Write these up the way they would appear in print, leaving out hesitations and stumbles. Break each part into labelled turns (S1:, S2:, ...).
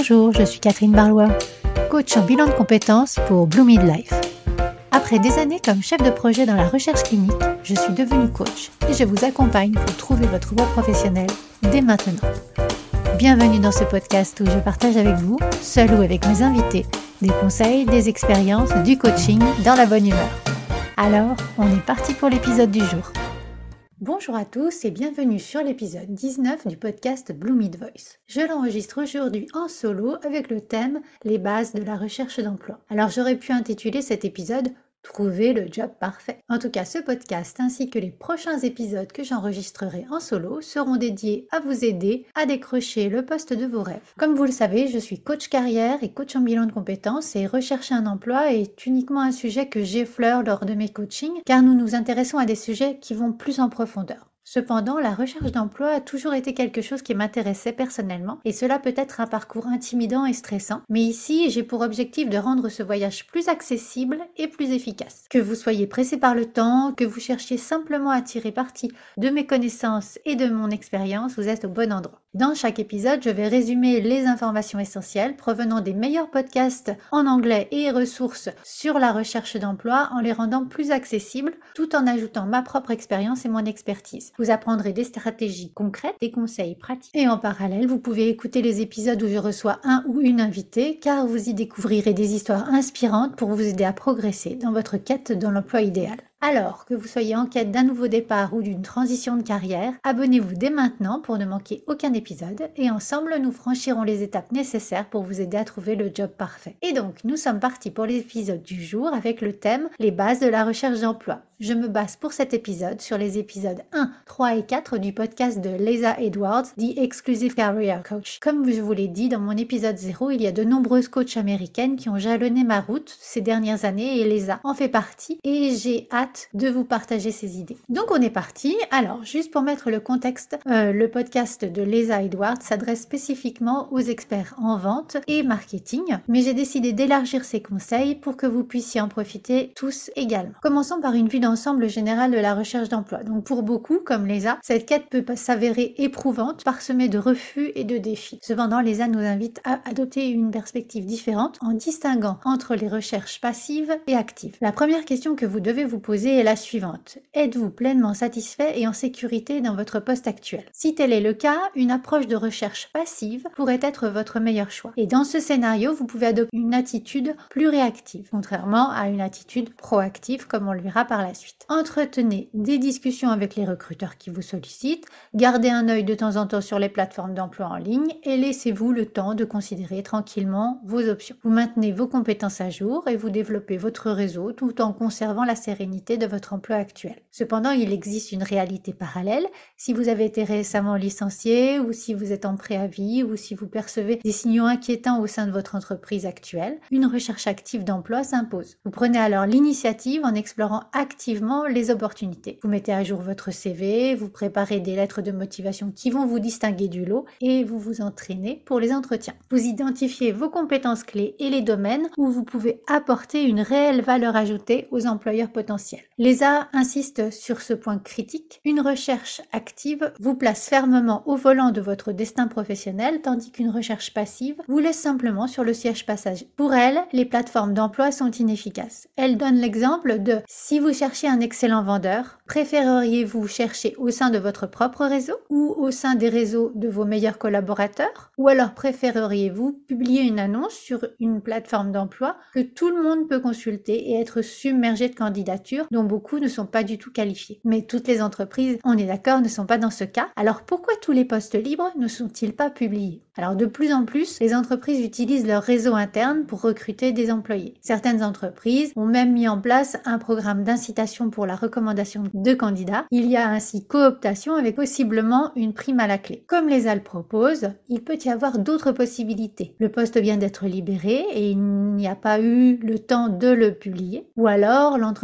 S1: Bonjour, je suis Catherine Barlois, coach en bilan de compétences pour Blue Midlife. Après des années comme chef de projet dans la recherche clinique, je suis devenue coach et je vous accompagne pour trouver votre voie professionnelle dès maintenant. Bienvenue dans ce podcast où je partage avec vous, seul ou avec mes invités, des conseils, des expériences, du coaching dans la bonne humeur. Alors, on est parti pour l'épisode du jour. Bonjour à tous et bienvenue sur l'épisode 19 du podcast Blue Mid Voice. Je l'enregistre aujourd'hui en solo avec le thème « Les bases de la recherche d'emploi ». Alors j'aurais pu intituler cet épisode « Trouver le job parfait ». En tout cas, ce podcast ainsi que les prochains épisodes que j'enregistrerai en solo seront dédiés à vous aider à décrocher le poste de vos rêves. Comme vous le savez, je suis coach carrière et coach en bilan de compétences et rechercher un emploi est uniquement un sujet que j'effleure lors de mes coachings car nous nous intéressons à des sujets qui vont plus en profondeur. Cependant, la recherche d'emploi a toujours été quelque chose qui m'intéressait personnellement et cela peut être un parcours intimidant et stressant. Mais ici, j'ai pour objectif de rendre ce voyage plus accessible et plus efficace. Que vous soyez pressé par le temps, que vous cherchiez simplement à tirer parti de mes connaissances et de mon expérience, vous êtes au bon endroit. Dans chaque épisode, je vais résumer les informations essentielles provenant des meilleurs podcasts en anglais et ressources sur la recherche d'emploi en les rendant plus accessibles tout en ajoutant ma propre expérience et mon expertise. Vous apprendrez des stratégies concrètes, des conseils pratiques et en parallèle, vous pouvez écouter les épisodes où je reçois un ou une invitée car vous y découvrirez des histoires inspirantes pour vous aider à progresser dans votre quête de l'emploi idéal. Alors que vous soyez en quête d'un nouveau départ ou d'une transition de carrière, abonnez-vous dès maintenant pour ne manquer aucun épisode et ensemble nous franchirons les étapes nécessaires pour vous aider à trouver le job parfait. Et donc nous sommes partis pour l'épisode du jour avec le thème « Les bases de la recherche d'emploi ». Je me base pour cet épisode sur les épisodes 1, 3 et 4 du podcast de Lisa Edwards, The Exclusive Career Coach. Comme je vous l'ai dit dans mon épisode 0, il y a de nombreuses coachs américaines qui ont jalonné ma route ces dernières années et Lisa en fait partie et j'ai hâte de vous partager ces idées. Donc on est parti. Alors juste pour mettre le contexte, le podcast de Lisa Edwards s'adresse spécifiquement aux experts en vente et marketing, mais j'ai décidé d'élargir ses conseils pour que vous puissiez en profiter tous également. Commençons par une vue d'ensemble général de la recherche d'emploi. Donc pour beaucoup, comme Lisa, cette quête peut s'avérer éprouvante, parsemée de refus et de défis. Cependant, Lisa nous invite à adopter une perspective différente en distinguant entre les recherches passives et actives. La première question que vous devez vous poser est la suivante. Êtes-vous pleinement satisfait et en sécurité dans votre poste actuel? Si tel est le cas, une approche de recherche passive pourrait être votre meilleur choix. Et dans ce scénario, vous pouvez adopter une attitude plus réactive, contrairement à une attitude proactive, comme on le verra par la suite. Entretenez des discussions avec les recruteurs qui vous sollicitent, gardez un œil de temps en temps sur les plateformes d'emploi en ligne et laissez-vous le temps de considérer tranquillement vos options. Vous maintenez vos compétences à jour et vous développez votre réseau tout en conservant la sérénité de votre emploi actuel. Cependant, il existe une réalité parallèle. Si vous avez été récemment licencié ou si vous êtes en préavis ou si vous percevez des signaux inquiétants au sein de votre entreprise actuelle, une recherche active d'emploi s'impose. Vous prenez alors l'initiative en explorant activement les opportunités. Vous mettez à jour votre CV, vous préparez des lettres de motivation qui vont vous distinguer du lot et vous vous entraînez pour les entretiens. Vous identifiez vos compétences clés et les domaines où vous pouvez apporter une réelle valeur ajoutée aux employeurs potentiels. Lisa insiste sur ce point critique. Une recherche active vous place fermement au volant de votre destin professionnel tandis qu'une recherche passive vous laisse simplement sur le siège passager. Pour elle, les plateformes d'emploi sont inefficaces. Elle donne l'exemple de si vous cherchez un excellent vendeur, préféreriez-vous chercher au sein de votre propre réseau ou au sein des réseaux de vos meilleurs collaborateurs? Ou alors préféreriez-vous publier une annonce sur une plateforme d'emploi que tout le monde peut consulter et être submergé de candidatures dont beaucoup ne sont pas du tout qualifiés? Mais toutes les entreprises, on est d'accord, ne sont pas dans ce cas. Alors pourquoi tous les postes libres ne sont-ils pas publiés? Alors de plus en plus, les entreprises utilisent leur réseau interne pour recruter des employés. Certaines entreprises ont même mis en place un programme d'incitation pour la recommandation de candidats. Il y a ainsi cooptation avec possiblement une prime à la clé. Comme les AL proposent, il peut y avoir d'autres possibilités. Le poste vient d'être libéré et il n'y a pas eu le temps de le publier. Ou alors, l'entreprise n'a pas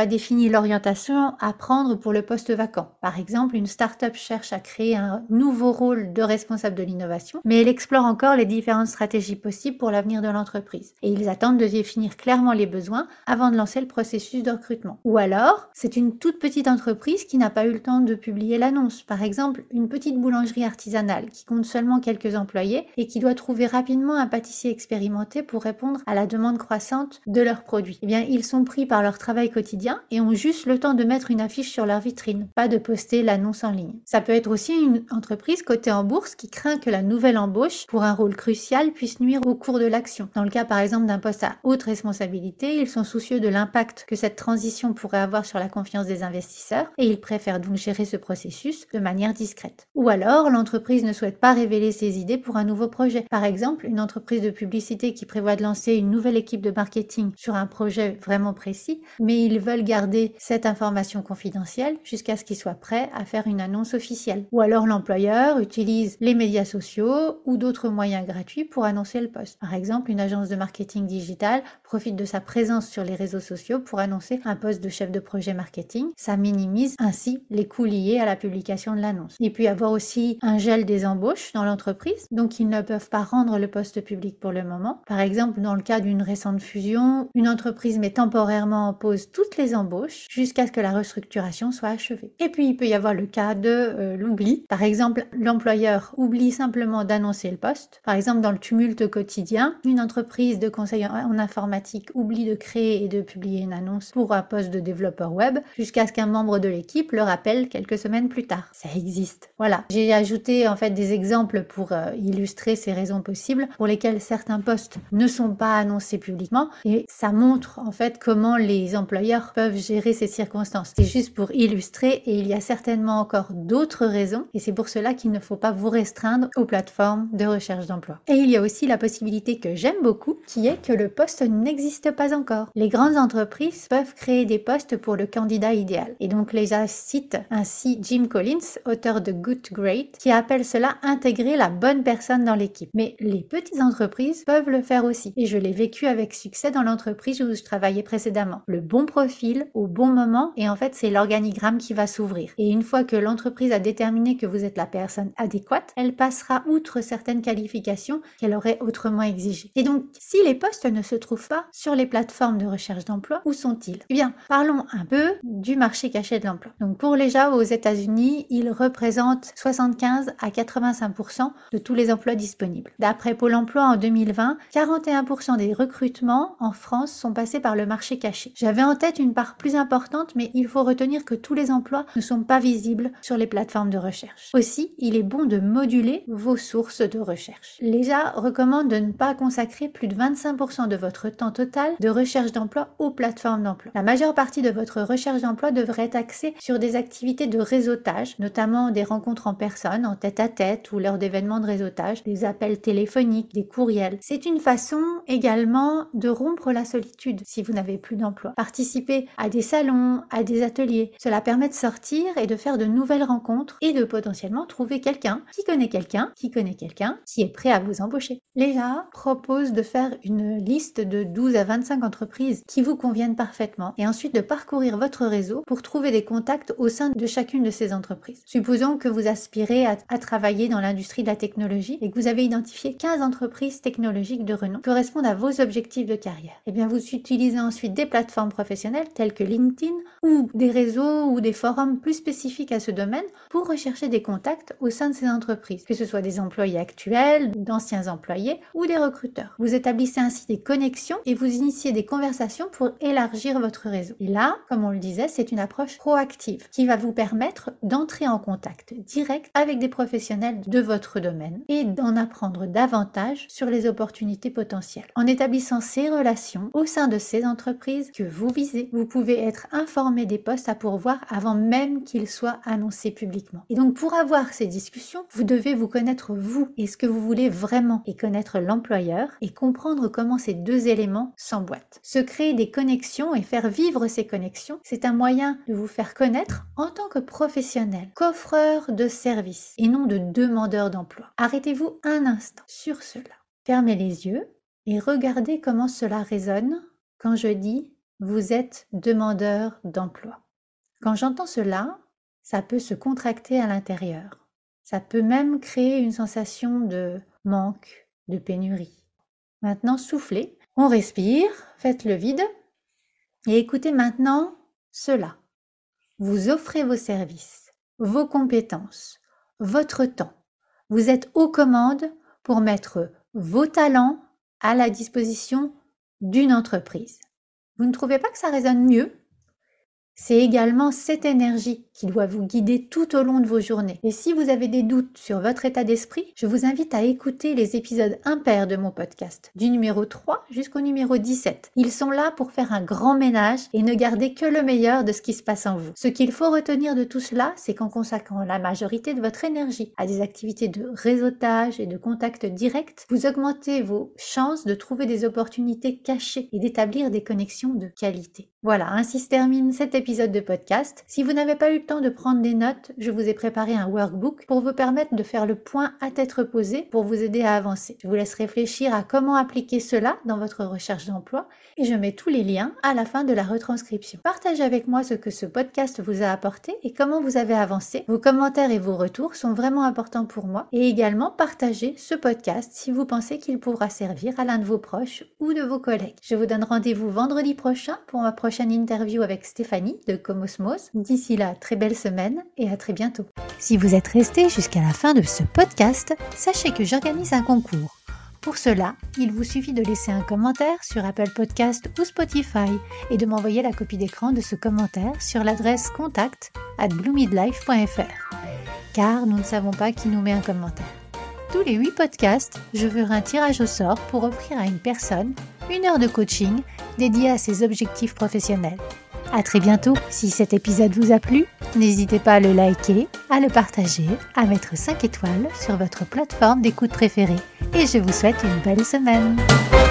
S1: cela définit l'orientation à prendre pour le poste vacant. Par exemple, une start-up cherche à créer un nouveau rôle de responsable de l'innovation, mais elle explore encore les différentes stratégies possibles pour l'avenir de l'entreprise. Et ils attendent de définir clairement les besoins avant de lancer le processus de recrutement. Ou alors, c'est une toute petite entreprise qui n'a pas eu le temps de publier l'annonce. Par exemple, une petite boulangerie artisanale qui compte seulement quelques employés et qui doit trouver rapidement un pâtissier expérimenté pour répondre à la demande croissante de leurs produits. Eh bien, ils sont pris par leur travail quotidien et ont juste le temps de mettre une affiche sur leur vitrine, pas de poster l'annonce en ligne. Ça peut être aussi une entreprise cotée en bourse qui craint que la nouvelle embauche pour un rôle crucial puisse nuire au cours de l'action. Dans le cas par exemple d'un poste à haute responsabilité, ils sont soucieux de l'impact que cette transition pourrait avoir sur la confiance des investisseurs et ils préfèrent donc gérer ce processus de manière discrète. Ou alors, l'entreprise ne souhaite pas révéler ses idées pour un nouveau projet. Par exemple, une entreprise de publicité qui prévoit de lancer une nouvelle équipe de marketing sur un projet vraiment précis, mais ils veulent garder cette information confidentielle jusqu'à ce qu'ils soient prêts à faire une annonce officielle. Ou alors l'employeur utilise les médias sociaux ou d'autres moyens gratuits pour annoncer le poste. Par exemple, une agence de marketing digital profite de sa présence sur les réseaux sociaux pour annoncer un poste de chef de projet marketing. Ça minimise ainsi les coûts liés à la publication de l'annonce. Il peut y avoir aussi un gel des embauches dans l'entreprise, donc ils ne peuvent pas rendre le poste public pour le moment. Par exemple, dans le cas d'une récente fusion, une entreprise met temporairement en pause toutes les embauches jusqu'à ce que la restructuration soit achevée. Et puis il peut y avoir le cas de l'oubli. Par exemple, l'employeur oublie simplement d'annoncer le poste. Par exemple, dans le tumulte quotidien, une entreprise de conseil en informatique oublie de créer et de publier une annonce pour un poste de développeur web jusqu'à ce qu'un membre de l'équipe le rappelle quelques semaines plus tard. Ça existe. Voilà. J'ai ajouté en fait des exemples pour illustrer ces raisons possibles pour lesquelles certains postes ne sont pas annoncés publiquement et ça montre en fait comment les employeurs peuvent gérer ces circonstances. C'est juste pour illustrer et il y a certainement encore d'autres raisons et c'est pour cela qu'il ne faut pas vous restreindre aux plateformes de recherche d'emploi. Et il y a aussi la possibilité que j'aime beaucoup qui est que le poste n'existe pas encore. Les grandes entreprises peuvent créer des postes pour le candidat idéal. Et donc les cite ainsi Jim Collins, auteur de Good to Great, qui appelle cela intégrer la bonne personne dans l'équipe. Mais les petites entreprises peuvent le faire aussi. Et je l'ai vécu avec succès dans l'entreprise où je travaillais précédemment. Le bon profil au bon moment et en fait c'est l'organigramme qui va s'ouvrir. Et une fois que l'entreprise a déterminé que vous êtes la personne adéquate, elle passera outre certaines qualifications qu'elle aurait autrement exigées. Et donc si les postes ne se trouvent pas sur les plateformes de recherche d'emploi, où sont-ils? Eh bien, parlons un peu du marché caché de l'emploi. Donc pour les jobs aux États-Unis, il représente 75 à 85% de tous les emplois disponibles. D'après Pôle emploi en 2020, 41% des recrutements en France sont passés par le marché caché. J'avais en tête une part plus importante, mais il faut retenir que tous les emplois ne sont pas visibles sur les plateformes de recherche. Aussi, il est bon de moduler vos sources de recherche. L'ESA recommande de ne pas consacrer plus de 25% de votre temps total de recherche d'emploi aux plateformes d'emploi. La majeure partie de votre recherche d'emploi devrait être axée sur des activités de réseautage, notamment des rencontres en personne, en tête-à-tête ou lors d'événements de réseautage, des appels téléphoniques, des courriels. C'est une façon également de rompre la solitude si vous n'avez plus d'emploi. Participer à des salons, à des ateliers, cela permet de sortir et de faire de nouvelles rencontres et de potentiellement trouver quelqu'un qui connaît quelqu'un qui connaît quelqu'un qui est prêt à vous embaucher. L'ESA propose de faire une liste de 12 à 25 entreprises qui vous conviennent parfaitement et ensuite de parcourir votre réseau pour trouver des contacts au sein de chacune de ces entreprises. Supposons que vous aspirez à travailler dans l'industrie de la technologie et que vous avez identifié 15 entreprises technologiques de renom qui correspondent à vos objectifs de carrière. Et bien vous utilisez ensuite des plateformes professionnelles telles que LinkedIn ou des réseaux ou des forums plus spécifiques à ce domaine pour rechercher des contacts au sein de ces entreprises, que ce soit des employés actuels, d'anciens employés ou des recruteurs. Vous établissez ainsi des connexions et vous initiez des conversations pour élargir votre réseau. Et là, comme on le disait, c'est une approche proactive qui va vous permettre d'entrer en contact direct avec des professionnels de votre domaine et d'en apprendre davantage sur les opportunités potentielles. En établissant ces relations au sein de ces entreprises que vous visez, vous pouvez être informé des postes à pourvoir avant même qu'ils soient annoncés publiquement. Et donc pour avoir ces discussions, vous devez vous connaître vous et ce que vous voulez vraiment et connaître l'employeur et comprendre comment ces deux éléments s'emboîtent. Se créer des connexions et faire vivre ces connexions, c'est un moyen de vous faire connaître en tant que professionnel, qu'offreur de services et non de demandeur d'emploi. Arrêtez-vous un instant sur cela. Fermez les yeux et regardez comment cela résonne quand je dis vous êtes demandeur d'emploi. Quand j'entends cela, ça peut se contracter à l'intérieur. Ça peut même créer une sensation de manque, de pénurie. Maintenant, soufflez, on respire, faites le vide et écoutez maintenant cela. Vous offrez vos services, vos compétences, votre temps. Vous êtes aux commandes pour mettre vos talents à la disposition d'une entreprise. Vous ne trouvez pas que ça résonne mieux ? C'est également cette énergie qui doit vous guider tout au long de vos journées. Et si vous avez des doutes sur votre état d'esprit, je vous invite à écouter les épisodes impairs de mon podcast, du numéro 3 jusqu'au numéro 17. Ils sont là pour faire un grand ménage et ne garder que le meilleur de ce qui se passe en vous. Ce qu'il faut retenir de tout cela, c'est qu'en consacrant la majorité de votre énergie à des activités de réseautage et de contact direct, vous augmentez vos chances de trouver des opportunités cachées et d'établir des connexions de qualité. Voilà, ainsi se termine cet épisode de podcast. Si vous n'avez pas eu le temps de prendre des notes, je vous ai préparé un workbook pour vous permettre de faire le point à tête reposée pour vous aider à avancer. Je vous laisse réfléchir à comment appliquer cela dans votre recherche d'emploi et je mets tous les liens à la fin de la retranscription. Partagez avec moi ce que ce podcast vous a apporté et comment vous avez avancé. Vos commentaires et vos retours sont vraiment importants pour moi et également partagez ce podcast si vous pensez qu'il pourra servir à l'un de vos proches ou de vos collègues. Je vous donne rendez-vous vendredi prochain pour ma prochaine interview avec Stéphanie de Comosmos. D'ici là, très belle semaine et à très bientôt. Si vous êtes resté jusqu'à la fin de ce podcast, sachez que j'organise un concours. Pour cela, il vous suffit de laisser un commentaire sur Apple Podcast ou Spotify et de m'envoyer la copie d'écran de ce commentaire sur l'adresse contact@bluemidlife.fr. Car nous ne savons pas qui nous met un commentaire. Tous les 8 podcasts, je ferai un tirage au sort pour offrir à une personne 1 heure de coaching dédiée à ses objectifs professionnels. À très bientôt. Si cet épisode vous a plu, n'hésitez pas à le liker, à le partager, à mettre 5 étoiles sur votre plateforme d'écoute préférée. Et je vous souhaite une belle semaine.